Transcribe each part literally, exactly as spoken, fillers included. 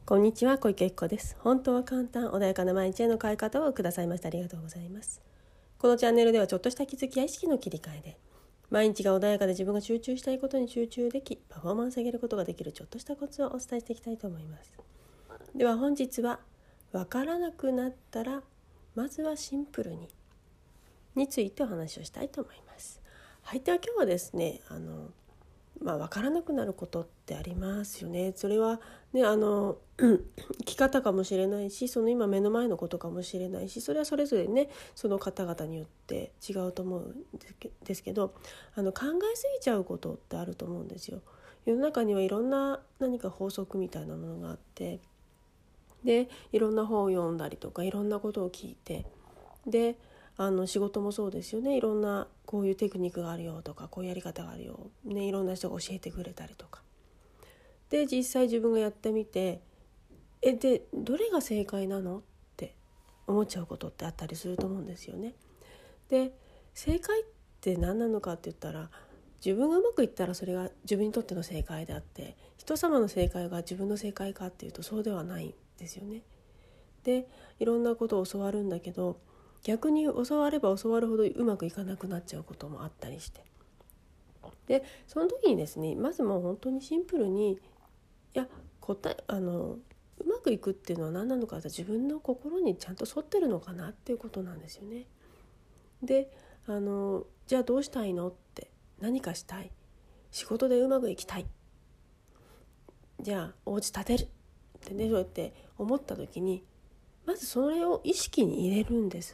こんにちは、小池由紀子です。本当は簡単、穏やかな毎日への変え方をくださいましてありがとうございます。このチャンネルではちょっとした気づきや意識の切り替えで毎日が穏やかで自分が集中したいことに集中でき、パフォーマンスを上げることができるちょっとしたコツをお伝えしていきたいと思います。では本日は、わからなくなったらまずはシンプルにについてお話をしたいと思います。はい、では今日はですね、あのまあ、分からなくなることってありますよね。それはね、あの生き方かもしれないし、その今目の前のことかもしれないし、それはそれぞれね、その方々によって違うと思うんですけど、あの考えすぎちゃうことってあると思うんですよ。世の中にはいろんな何か法則みたいなものがあって、でいろんな本を読んだりとかいろんなことを聞いて、であの仕事もそうですよね。いろんなこういうテクニックがあるよとか、こういうやり方があるよ、ね、いろんな人が教えてくれたりとかで、実際自分がやってみて、えでどれが正解なのって思っちゃうことってあったりすると思うんですよね。で正解って何なのかって言ったら、自分がうまくいったらそれが自分にとっての正解であって、人様の正解が自分の正解かっていうとそうではないんですよね。でいろんなことを教わるんだけど、逆に教われば教わるほどうまくいかなくなっちゃうこともあったりして、でその時にですね、まずもう本当にシンプルに、いや答えあのうまくいくっていうのは何なのかって、自分の心にちゃんと沿ってるのかなっていうことなんですよね。であのじゃあどうしたいのって、何かしたい、仕事でうまくいきたい、じゃあお家建てるってね、そうやって思った時に、まずそれを意識に入れるんです。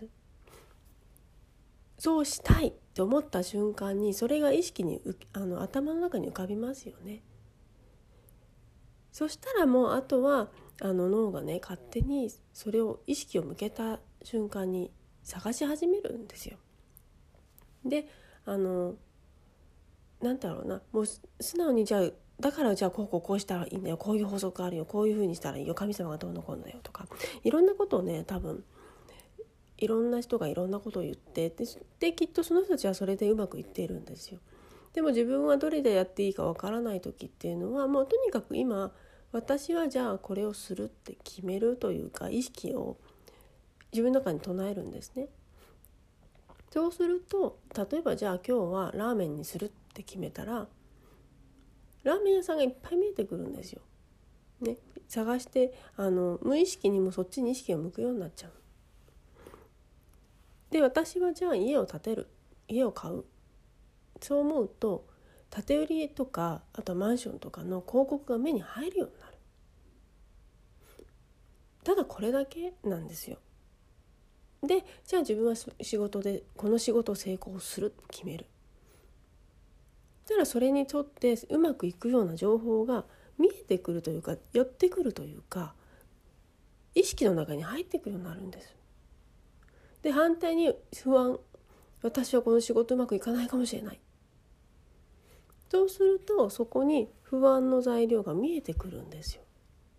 そうしたいって思った瞬間に、それが意識にあの頭の中に浮かびますよね。そしたらもうあとはあの脳がね、勝手にそれを意識を向けた瞬間に探し始めるんですよ。であのなんだろうな、もう素直にじゃあだからじゃあこうこうこうしたらいいんだよ、こういう法則あるよ、こういうふうにしたらいいよ、神様がどうのこうのだよとか、いろんなことをね、多分いろんな人がいろんなことを言って、でできっとその人たちはそれでうまくいっているんですよ。でも自分はどれでやっていいかわからない時っていうのは、もうとにかく今私はじゃあこれをするって決めるというか、意識を自分の中に唱えるんですね。そうすると、例えばじゃあ今日はラーメンにするって決めたら、ラーメン屋さんがいっぱい見えてくるんですよ、ね、探してあの無意識にもそっちに意識が向くようになっちゃう。で私はじゃあ家を建てる、家を買う、そう思うと建て売りとか、あとマンションとかの広告が目に入るようになる。ただこれだけなんですよ。でじゃあ自分は仕事でこの仕事を成功するって決める。ただそれにとってうまくいくような情報が見えてくるというか、寄ってくるというか、意識の中に入ってくるようになるんです。で反対に不安、私はこの仕事うまくいかないかもしれない、そうするとそこに不安の材料が見えてくるんですよ。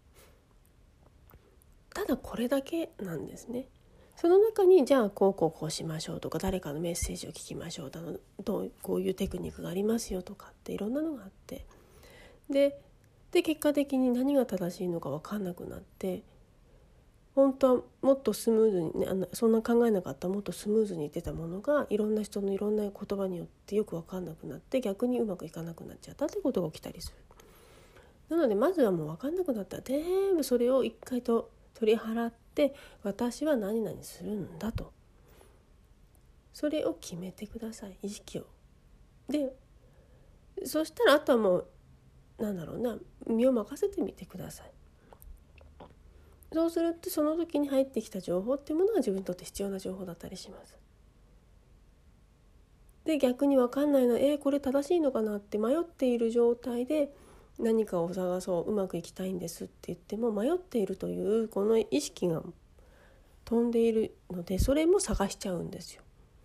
ただこれだけなんですね。その中にじゃあこうこうこうしましょうとか、誰かのメッセージを聞きましょうだの、どうこういうテクニックがありますよとかっていろんなのがあって、でで結果的に何が正しいのか分かんなくなって、本当はもっとスムーズにね、あのそんな考えなかったもっとスムーズに出たものが、いろんな人のいろんな言葉によってよく分かんなくなって、逆にうまくいかなくなっちゃったってことが起きたりする。なのでまずはもう分かんなくなったら全部それを一回と取り払って、私は何々するんだと、それを決めてください、意識を。でそしたらあとはもうなんだろうな、身を任せてみてください。そうするとその時に入ってきた情報っていうものが自分にとって必要な情報だったりします。で逆に分かんないの、えー、これ正しいのかなって迷っている状態で何かを探そう、うまくいきたいんですって言っても迷っているというこの意識が飛んでいるので、それも探しちゃうんですよ。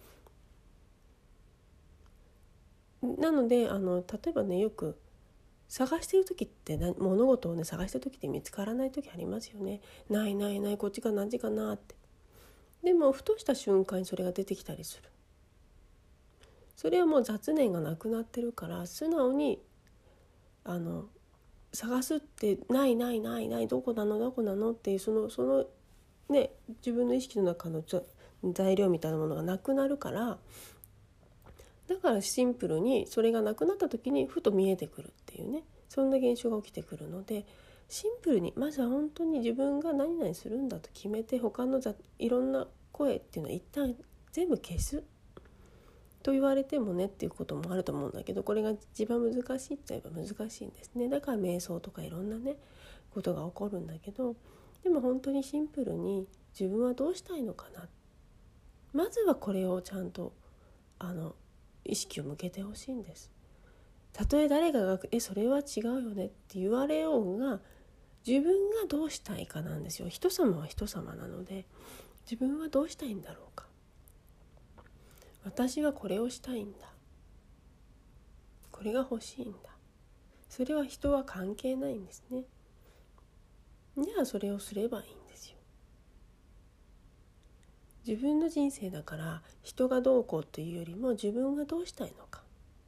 なのであの例えばね、よく探してる時って物事をね探してる時って見つからない時ありますよね。ないないない、こっちか何時かなって。でもふとした瞬間にそれが出てきたりする。それはもう雑念がなくなってるから、素直にあの探すってないないないないどこなのどこなのっていうそのそのね自分の意識の中の材料みたいなものがなくなるから、だからシンプルにそれがなくなった時にふと見えてくるっていうね、そんな現象が起きてくるので、シンプルにまずは本当に自分が何々するんだと決めて、他のいろんな声っていうのは一旦全部消すと言われてもねっていうこともあると思うんだけど、これが一番難しいって言えば難しいんですね。だから瞑想とかいろんなねことが起こるんだけど、でも本当にシンプルに自分はどうしたいのかな、まずはこれをちゃんとあの意識を向けてほしいんです。たとえ誰かがえそれは違うよねって言われようが、自分がどうしたいかなんですよ。人様は人様なので、自分はどうしたいんだろうか。私はこれをしたいんだ、これが欲しいんだ、それは人は関係ないんですね。じゃあそれをすればいいんですよ。自分の人生だから人がどうこうというよりも、自分がどうしたいのか。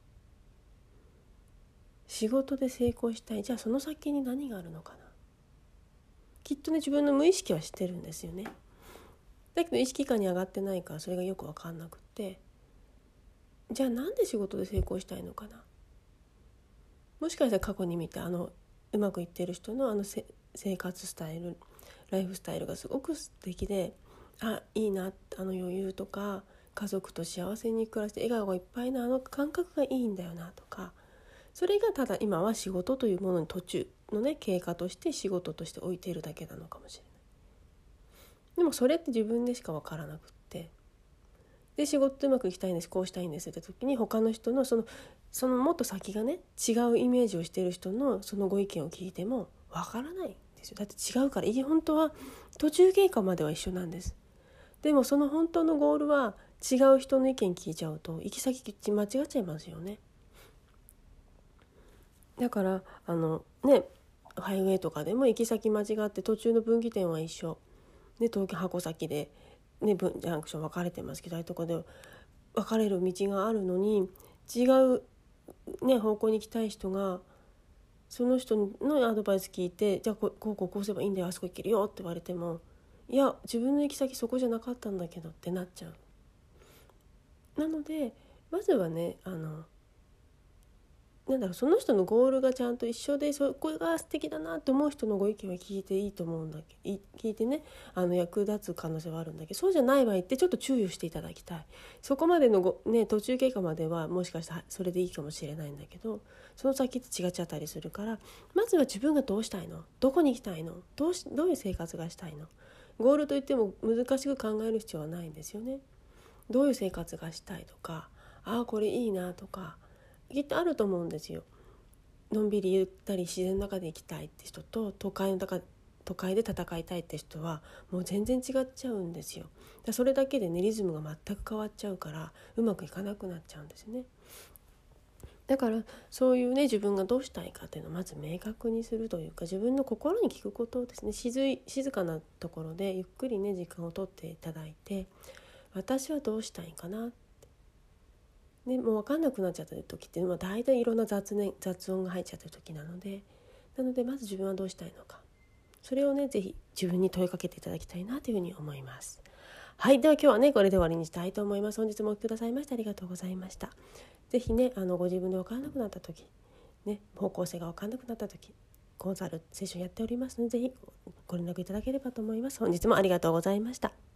仕事で成功したい、じゃあその先に何があるのかな。きっとね自分の無意識はしてるんですよね。だけど意識下に上がってないからそれがよく分かんなくって、じゃあなんで仕事で成功したいのかな。もしかしたら過去に見てあのうまくいっている人のあのせ生活スタイル、ライフスタイルがすごく素敵で、あいいな、あの余裕とか家族と幸せに暮らして笑顔がいっぱいなあの感覚がいいんだよなとか、それがただ今は仕事というものに途中のね経過として仕事として置いているだけなのかもしれない。でもそれって自分でしか分からなくって、で仕事うまくいきたいんです、こうしたいんですって時に他の人のそのそのもっと先がね違うイメージをしている人のそのご意見を聞いても分からないんですよ。だって違うから。いや本当は途中経過までは一緒なんです。でもその本当のゴールは違う人の意見聞いちゃうと行き先間違っちゃいますよね。だからあのねハイウェイとかでも行き先間違って途中の分岐点は一緒、ね、東京箱崎で、ね、ジャンクション分かれてますけど、ああいうとこで分かれる道があるのに違う、ね、方向に行きたい人がその人のアドバイス聞いて、じゃあこうこうこうすればいいんだよ、あそこ行けるよって言われても、いや自分の行き先そこじゃなかったんだけどってなっちゃう。なのでまずはねあのなんだろう、その人のゴールがちゃんと一緒で、そこが素敵だなと思う人のご意見は聞いていいと思うんだけど、聞いてねあの役立つ可能性はあるんだけど、そうじゃない場合ってちょっと注意をしていただきたい。そこまでのご、ね、途中経過まではもしかしたらそれでいいかもしれないんだけど、その先って違っちゃったりするから、まずは自分がどうしたいの、どこに行きたいの、どうし、どういう生活がしたいの。ゴールといっても難しく考える必要はないんですよね。どういう生活がしたいとか、ああこれいいなとかきっとあると思うんですよ。のんびりゆったり自然の中で生きたいって人と、都会の中都会で戦いたいって人はもう全然違っちゃうんですよ。だそれだけでねリズムが全く変わっちゃうからうまくいかなくなっちゃうんですね。だからそういうね自分がどうしたいかっていうのをまず明確にするというか、自分の心に聞くことをですね、静静かなところでゆっくりね時間をとっていただいて、私はどうしたいかな、ね、もう分かんなくなっちゃった時っていうのは大体いろんな 雑,、ね、雑音が入っちゃってる時なので、なのでまず自分はどうしたいのか、それをねぜひ自分に問いかけていただきたいなというふうに思います。はい、では今日はねこれで終わりにしたいと思います。本日もお聞きくださいましてありがとうございました。ぜひねあのご自分で分からなくなった時、ね、方向性が分からなくなった時、コンサルセッションやっておりますので、ぜひご連絡いただければと思います。本日もありがとうございました。